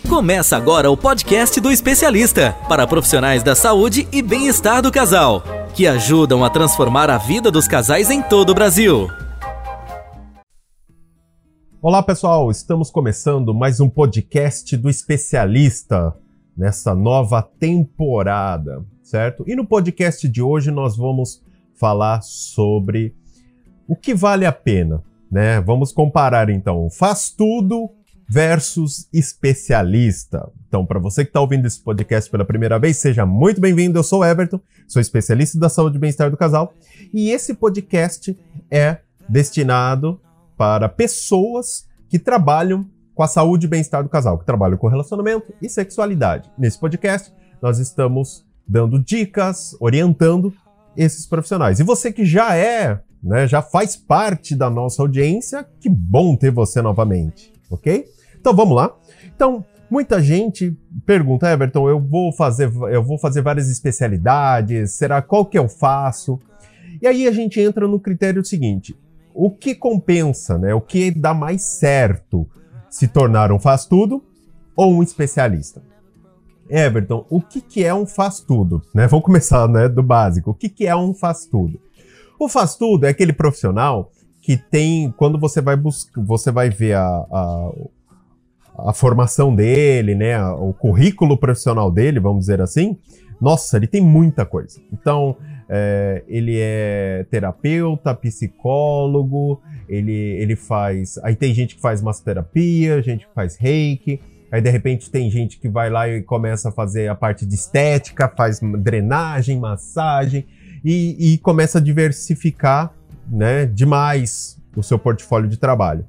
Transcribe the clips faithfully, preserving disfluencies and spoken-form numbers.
Começa agora o podcast do especialista, para profissionais da saúde e bem-estar do casal, que ajudam a transformar a vida dos casais em todo o Brasil. Olá pessoal, estamos começando mais um podcast do especialista nessa nova temporada, certo? E no podcast de hoje nós vamos falar sobre o que vale a pena, né? Vamos comparar então faz tudo versus especialista. Então, para você que está ouvindo esse podcast pela primeira vez, seja muito bem-vindo. Eu sou o Everton, sou especialista da saúde e bem-estar do casal, e esse podcast é destinado para pessoas que trabalham com a saúde e bem-estar do casal, que trabalham com relacionamento e sexualidade. Nesse podcast, nós estamos dando dicas, orientando esses profissionais. E você que já é, né, já faz parte da nossa audiência, que bom ter você novamente, ok? Então vamos lá. Então, muita gente pergunta, Everton, eu vou fazer, eu vou fazer várias especialidades, será qual que eu faço? E aí a gente entra no critério seguinte: o que compensa, né? O que dá mais certo? Se tornar um faz-tudo ou um especialista? Everton, o que, que é um faz-tudo? Né? Vamos começar, né, do básico. O que, que é um faz-tudo? O faz-tudo é aquele profissional que tem, quando você vai buscar, você vai ver a, a, a formação dele, né, o currículo profissional dele, vamos dizer assim, nossa, ele tem muita coisa. Então, é, ele é terapeuta, psicólogo, ele, ele faz... Aí tem gente que faz massoterapia, gente que faz reiki, aí de repente tem gente que vai lá e começa a fazer a parte de estética, faz drenagem, massagem, e, e começa a diversificar, né, demais o seu portfólio de trabalho.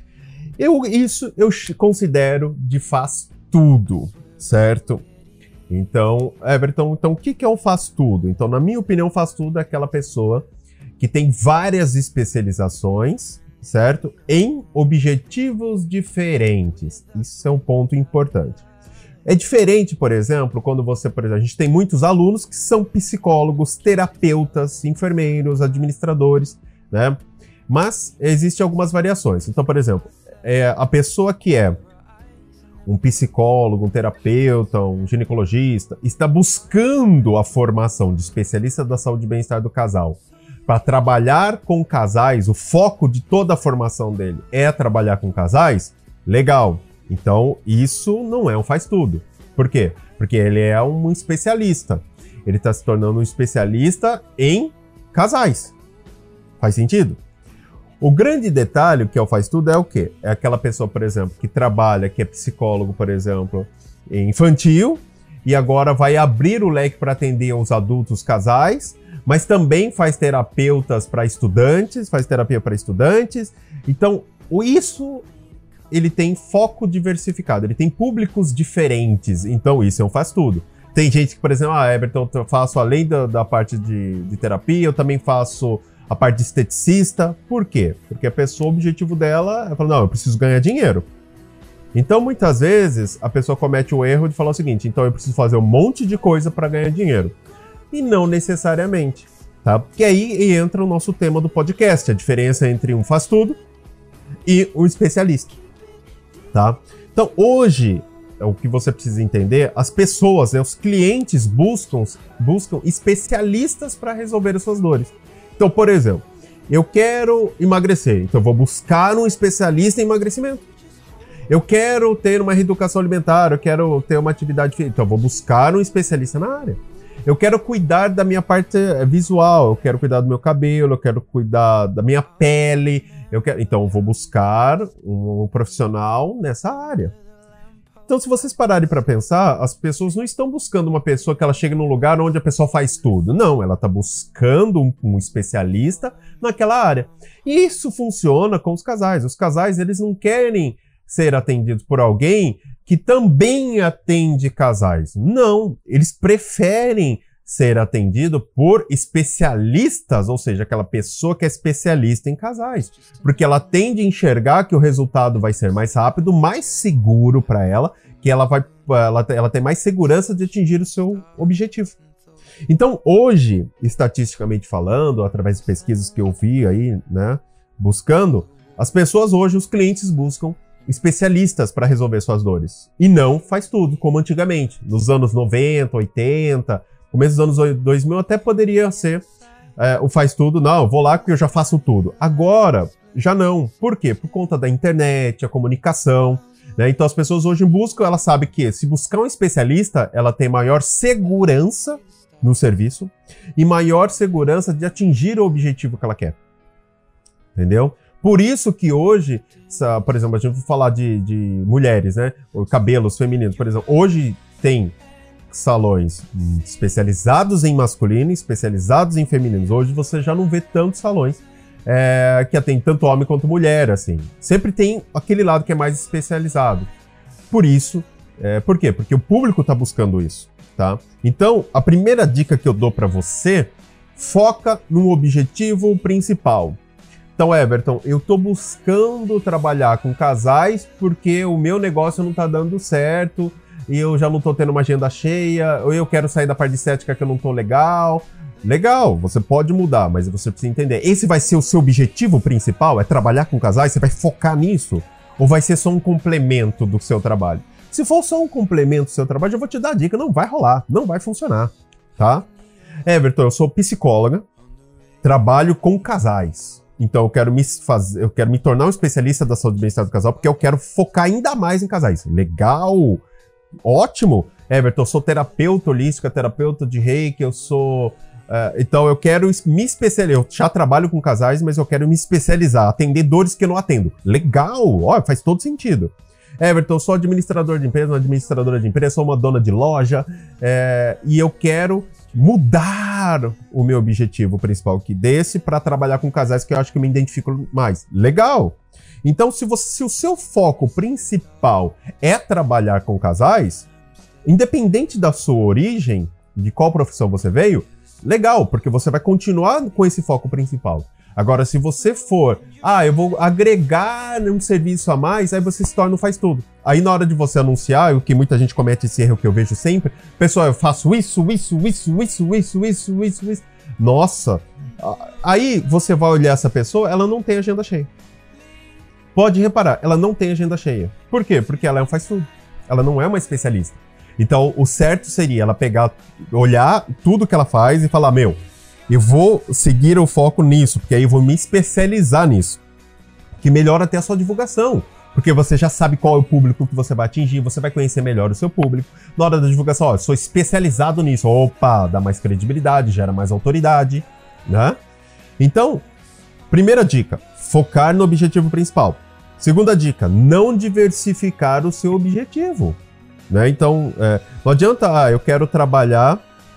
Eu, isso eu considero de faz tudo, certo? Então, Everton, então o que, que é um faz tudo? Então, na minha opinião, faz tudo é aquela pessoa que tem várias especializações, certo? Em objetivos diferentes. Isso é um ponto importante. É diferente, por exemplo, quando você, por exemplo, a gente tem muitos alunos que são psicólogos, terapeutas, enfermeiros, administradores, né? Mas existem algumas variações. Então, por exemplo, é a pessoa que é um psicólogo, um terapeuta, um ginecologista, está buscando a formação de especialista da saúde e bem-estar do casal para trabalhar com casais, o foco de toda a formação dele é trabalhar com casais, legal. Então, isso não é um faz-tudo. Por quê? Porque ele é um especialista. Ele está se tornando um especialista em casais. Faz sentido? O grande detalhe que é o faz-tudo é o quê? É aquela pessoa, por exemplo, que trabalha, que é psicólogo, por exemplo, infantil, e agora vai abrir o leque para atender os adultos casais, mas também faz terapeutas para estudantes, faz terapia para estudantes. Então, isso, ele tem foco diversificado, ele tem públicos diferentes, então isso é um faz-tudo. Tem gente que, por exemplo, ah, Everton, eu faço além da, da parte de, de terapia, eu também faço a parte de esteticista. Por quê? Porque a pessoa, o objetivo dela é falar, não, eu preciso ganhar dinheiro. Então, muitas vezes, a pessoa comete o erro de falar o seguinte, então eu preciso fazer um monte de coisa para ganhar dinheiro. E não necessariamente, tá? Porque aí entra o nosso tema do podcast, a diferença entre um faz-tudo e um especialista, tá? Então, hoje, o que você precisa entender, as pessoas, né, os clientes buscam, buscam especialistas para resolver as suas dores. Então, por exemplo, eu quero emagrecer, então eu vou buscar um especialista em emagrecimento. Eu quero ter uma reeducação alimentar, eu quero ter uma atividade física, então eu vou buscar um especialista na área. Eu quero cuidar da minha parte visual, eu quero cuidar do meu cabelo, eu quero cuidar da minha pele, eu quero... então eu vou buscar um profissional nessa área. Então, se vocês pararem para pensar, as pessoas não estão buscando uma pessoa que ela chegue num lugar onde a pessoa faz tudo. Não, ela está buscando um, um especialista naquela área. E isso funciona com os casais. Os casais, eles não querem ser atendidos por alguém que também atende casais. Não, eles preferem ser atendido por especialistas, ou seja, aquela pessoa que é especialista em casais, porque ela tende a enxergar que o resultado vai ser mais rápido, mais seguro para ela, que ela vai, ela, ela tem mais segurança de atingir o seu objetivo. Então, hoje, estatisticamente falando, através de pesquisas que eu vi aí, né, buscando, as pessoas hoje, os clientes buscam especialistas para resolver suas dores. E não faz tudo, como antigamente. Nos anos noventa, oitenta, começo dos anos dois mil até poderia ser é, o faz tudo. Não, vou lá porque eu já faço tudo. Agora, já não. Por quê? Por conta da internet, a comunicação. Né? Então as pessoas hoje buscam, ela sabe que se buscar um especialista, ela tem maior segurança no serviço e maior segurança de atingir o objetivo que ela quer. Entendeu? Por isso que hoje, por exemplo, a gente vai falar de, de mulheres, né? Cabelos femininos, por exemplo. Hoje tem salões especializados em masculino e especializados em femininos. Hoje você já não vê tantos salões é, que atendem tanto homem quanto mulher, assim. Sempre tem aquele lado que é mais especializado. Por isso, é, por quê? Porque o público está buscando isso, tá? Então, a primeira dica que eu dou para você, foca no objetivo principal. Então, Everton, eu tô buscando trabalhar com casais porque o meu negócio não tá dando certo e eu já não tô tendo uma agenda cheia, ou eu quero sair da parte de estética que eu não tô legal. Legal, você pode mudar, mas você precisa entender. Esse vai ser o seu objetivo principal? É trabalhar com casais? Você vai focar nisso? Ou vai ser só um complemento do seu trabalho? Se for só um complemento do seu trabalho, eu vou te dar a dica, não vai rolar, não vai funcionar, tá? Everton, eu sou psicóloga, trabalho com casais. Então eu quero me fazer, eu quero me tornar um especialista da saúde e bem-estar do casal, porque eu quero focar ainda mais em casais. Legal! Ótimo! Everton, eu sou terapeuta holística, terapeuta de reiki, eu sou... Uh, então eu quero me especializar. Eu já trabalho com casais, mas eu quero me especializar, atender dores que eu não atendo. Legal! Ó, faz todo sentido. Everton, eu sou administrador de empresa, uma administradora de empresa, sou uma dona de loja, é, e eu quero mudar o meu objetivo principal aqui desse para trabalhar com casais que eu acho que eu me identifico mais. Legal! Então, se, você, se o seu foco principal é trabalhar com casais, independente da sua origem, de qual profissão você veio, legal, porque você vai continuar com esse foco principal. Agora, se você for, ah, eu vou agregar um serviço a mais, aí você se torna um faz tudo. Aí na hora de você anunciar, o que muita gente comete esse erro que eu vejo sempre, pessoal, eu faço isso, isso, isso, isso, isso, isso, isso, isso. Nossa! Aí você vai olhar essa pessoa, ela não tem agenda cheia. Pode reparar, ela não tem agenda cheia. Por quê? Porque ela é um faz tudo. Ela não é uma especialista. Então, o certo seria ela pegar, olhar tudo que ela faz e falar, meu, eu vou seguir o foco nisso, porque aí eu vou me especializar nisso. Que melhora até a sua divulgação. Porque você já sabe qual é o público que você vai atingir, você vai conhecer melhor o seu público. Na hora da divulgação, ó, eu sou especializado nisso. Opa, dá mais credibilidade, gera mais autoridade, né? Então, primeira dica, focar no objetivo principal. Segunda dica, não diversificar o seu objetivo. Né? Então, é, não adianta, ah, eu quero trabalhar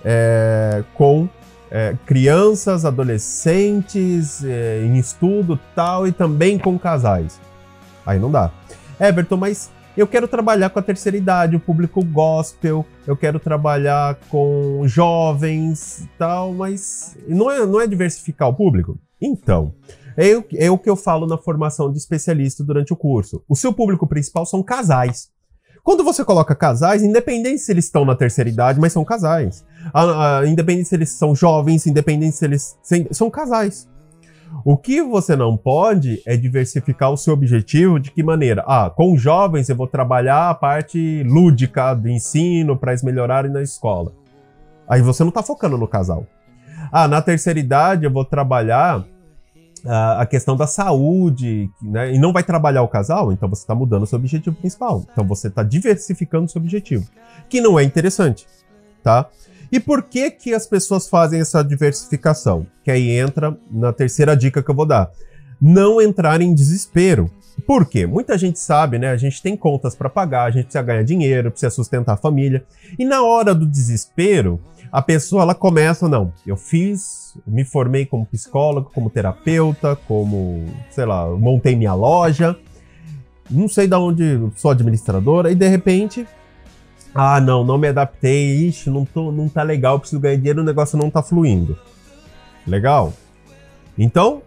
é, com é, crianças, adolescentes, é, em estudo tal, e também com casais. Aí não dá. Everton, mas eu quero trabalhar com a terceira idade, o público gospel, eu quero trabalhar com jovens tal, mas não é, não é diversificar o público? Então, é o, é o que eu falo na formação de especialista durante o curso. O seu público principal são casais. Quando você coloca casais, independente se eles estão na terceira idade, mas são casais. Ah, ah, independente se eles são jovens, independente se eles... São casais. O que você não pode é diversificar o seu objetivo. De que maneira? Ah, com jovens eu vou trabalhar a parte lúdica do ensino para eles melhorarem na escola. Aí você não está focando no casal. Ah, na terceira idade eu vou trabalhar uh, a questão da saúde, né? E não vai trabalhar o casal, então você está mudando o seu objetivo principal. Então você está diversificando o seu objetivo, que não é interessante, tá? E por que que as pessoas fazem essa diversificação? Que aí entra na terceira dica que eu vou dar. Não entrar em desespero. Por quê? Muita gente sabe, né? A gente tem contas para pagar, a gente precisa ganhar dinheiro, precisa sustentar a família. E na hora do desespero, a pessoa ela começa, não, eu fiz, me formei como psicólogo, como terapeuta, como, sei lá, montei minha loja, não sei de onde, sou administradora, e de repente... Ah, não, não me adaptei, ixi, não, tô, não tá legal, preciso ganhar dinheiro, o negócio não tá fluindo. Legal? Então,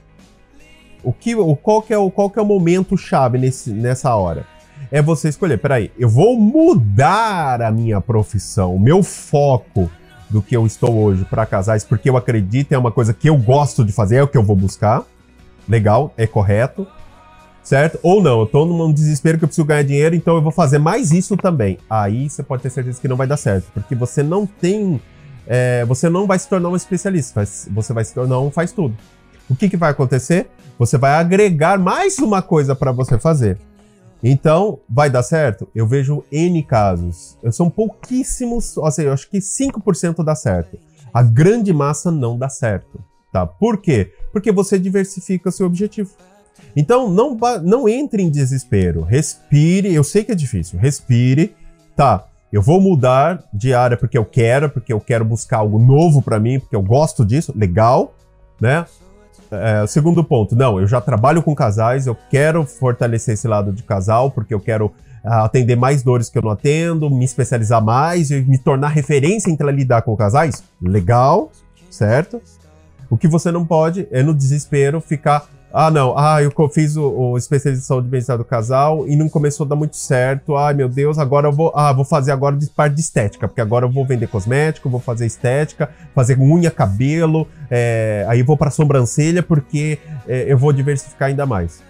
o que, o, qual, que é o, qual que é o momento chave nesse, nessa hora? É você escolher, peraí, eu vou mudar a minha profissão, o meu foco do que eu estou hoje para casais, porque eu acredito, é uma coisa que eu gosto de fazer, é o que eu vou buscar. Legal, é correto. certo? Ou não, eu tô num desespero que eu preciso ganhar dinheiro, então eu vou fazer mais isso também. Aí você pode ter certeza que não vai dar certo, porque você não tem... É, você não vai se tornar um especialista, você vai se tornar um faz tudo. O que, que vai acontecer? Você vai agregar mais uma coisa para você fazer. Então, vai dar certo? Eu vejo N casos. São pouquíssimos, ou seja, eu acho que cinco por cento dá certo. A grande massa não dá certo. Tá? Por quê? Porque você diversifica seu objetivo. Então, não, não entre em desespero. Respire. Eu sei que é difícil. Respire. Tá, eu vou mudar de área porque eu quero, porque eu quero buscar algo novo para mim, porque eu gosto disso. Legal, né? É, segundo ponto, não, eu já trabalho com casais, eu quero fortalecer esse lado de casal, porque eu quero uh, atender mais dores que eu não atendo, me especializar mais e me tornar referência em lidar com casais. Legal, certo? O que você não pode é, no desespero, ficar... Ah, não, ah, eu fiz o, o especialização de bem-estar do casal e não começou a dar muito certo. Ai, meu Deus, agora eu vou... Ah, vou fazer agora de parte de estética, porque agora eu vou vender cosmético, vou fazer estética, fazer unha, cabelo, é, aí vou pra sobrancelha, porque é, eu vou diversificar ainda mais.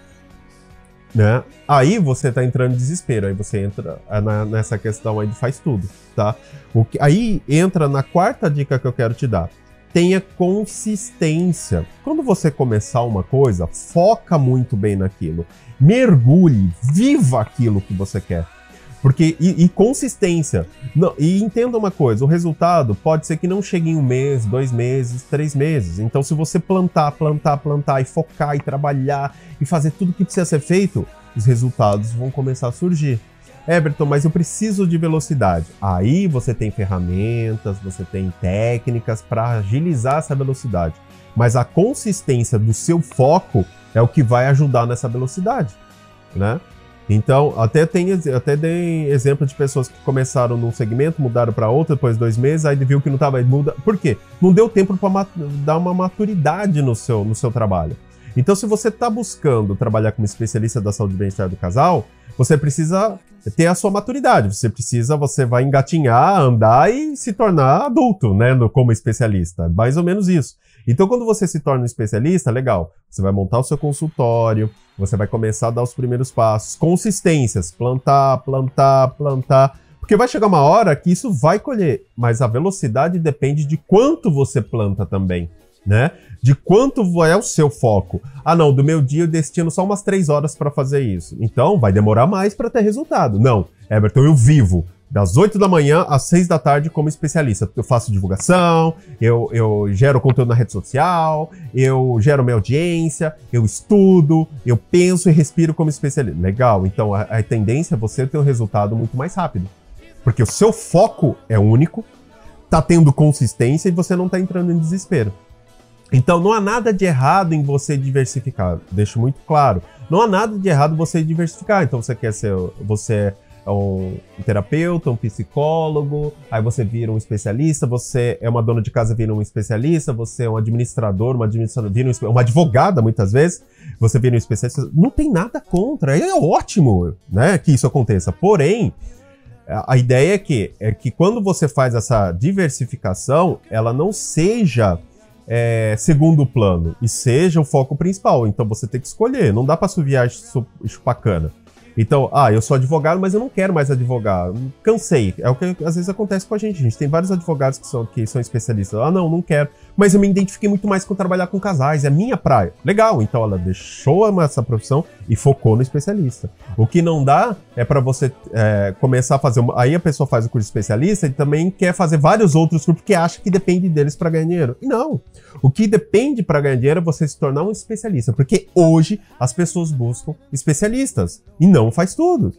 Né? Aí você tá entrando em desespero, aí você entra na, nessa questão aí de faz tudo, tá? O que, aí entra na quarta dica que eu quero te dar. Tenha consistência. Quando você começar uma coisa, foca muito bem naquilo. Mergulhe, viva aquilo que você quer. Porque, e, e consistência. Não, e entenda uma coisa, o resultado pode ser que não chegue em um mês, dois meses, três meses. Então, se você plantar, plantar, plantar e focar e trabalhar e fazer tudo que precisa ser feito, os resultados vão começar a surgir. Everton, mas eu preciso de velocidade. Aí você tem ferramentas, você tem técnicas para agilizar essa velocidade. Mas a consistência do seu foco é o que vai ajudar nessa velocidade, né? Então, até, tem, até dei exemplo de pessoas que começaram num segmento, mudaram para outro depois de dois meses, aí viu que não estava... Muda. Por quê? Não deu tempo para dar uma maturidade no seu, no seu trabalho. Então, se você está buscando trabalhar como especialista da saúde e bem-estar do casal, você precisa ter a sua maturidade. Você precisa, você vai engatinhar, andar e se tornar adulto, né, no, como especialista. Mais ou menos isso. Então, quando você se torna um especialista, legal, você vai montar o seu consultório, você vai começar a dar os primeiros passos, consistências, plantar, plantar, plantar, porque vai chegar uma hora que isso vai colher, mas a velocidade depende de quanto você planta também, né? De quanto é o seu foco. Ah, não, do meu dia eu destino só umas três horas para fazer isso. Então, vai demorar mais para ter resultado. Não, Everton, eu vivo das oito da manhã às seis da tarde como especialista. Eu faço divulgação, eu, eu gero conteúdo na rede social, eu gero minha audiência, eu estudo, eu penso e respiro como especialista. Legal, então a, a tendência é você ter um resultado muito mais rápido. Porque o seu foco é único, tá tendo consistência e você não tá entrando em desespero. Então não há nada de errado em você diversificar, deixo muito claro. Não há nada de errado você diversificar. Então você quer ser, você é um terapeuta, um psicólogo, aí você vira um especialista, você é uma dona de casa, vira um especialista, você é um administrador, uma administradora, vira um, uma advogada muitas vezes, você vira um especialista. Não tem nada contra, é ótimo, né, que isso aconteça. Porém, a ideia é que, é que quando você faz essa diversificação, ela não seja É, segundo plano, e seja o foco principal. Então você tem que escolher, não dá pra assoviar chupar cana. Então, ah, eu sou advogado, mas eu não quero mais advogar. Cansei. É o que às vezes acontece com a gente. A gente tem vários advogados que são, que são especialistas. Ah, não, não quero. Mas eu me identifiquei muito mais com trabalhar com casais. É a minha praia. Legal. Então ela deixou essa profissão e focou no especialista. O que não dá é para você é, começar a fazer... Uma... Aí a pessoa faz o curso de especialista e também quer fazer vários outros cursos porque acha que depende deles para ganhar dinheiro. E não. O que depende para ganhar dinheiro é você se tornar um especialista. Porque hoje as pessoas buscam especialistas. E não faz tudo.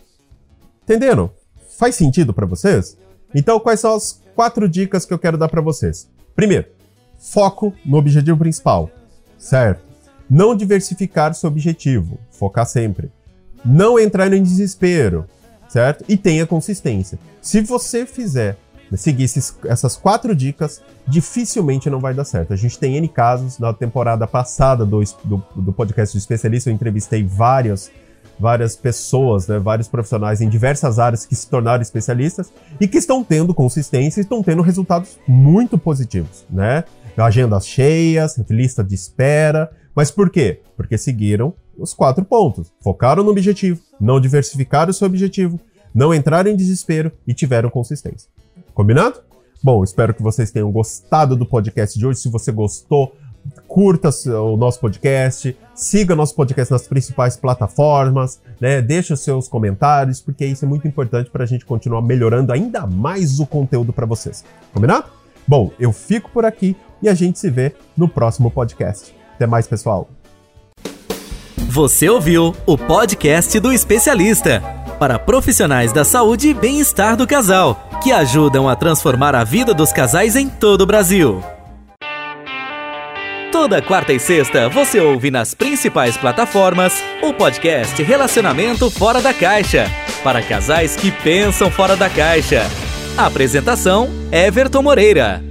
Entenderam? Faz sentido para vocês? Então, quais são as quatro dicas que eu quero dar para vocês? Primeiro, foco no objetivo principal, certo? Não diversificar seu objetivo, focar sempre. Não entrar em desespero, certo? E tenha consistência. Se você fizer, seguir esses, essas quatro dicas, dificilmente não vai dar certo. A gente tem N casos. Na temporada passada do, do, do podcast do especialista, eu entrevistei vários várias pessoas, né, vários profissionais em diversas áreas que se tornaram especialistas e que estão tendo consistência e estão tendo resultados muito positivos, né? Agendas cheias, lista de espera. Mas por quê? Porque seguiram os quatro pontos. Focaram no objetivo, não diversificaram o seu objetivo, não entraram em desespero e tiveram consistência. Combinado? Bom, espero que vocês tenham gostado do podcast de hoje. Se você gostou, curta o nosso podcast, siga nosso podcast nas principais plataformas, né? Deixa os seus comentários, porque isso é muito importante para a gente continuar melhorando ainda mais o conteúdo para vocês. Combinado? Bom, eu fico por aqui e a gente se vê no próximo podcast. Até mais, pessoal! Você ouviu o podcast do especialista para profissionais da saúde e bem-estar do casal, que ajudam a transformar a vida dos casais em todo o Brasil. Toda quarta e sexta você ouve nas principais plataformas o podcast Relacionamento Fora da Caixa, para casais que pensam fora da caixa. Apresentação: Everton Moreira.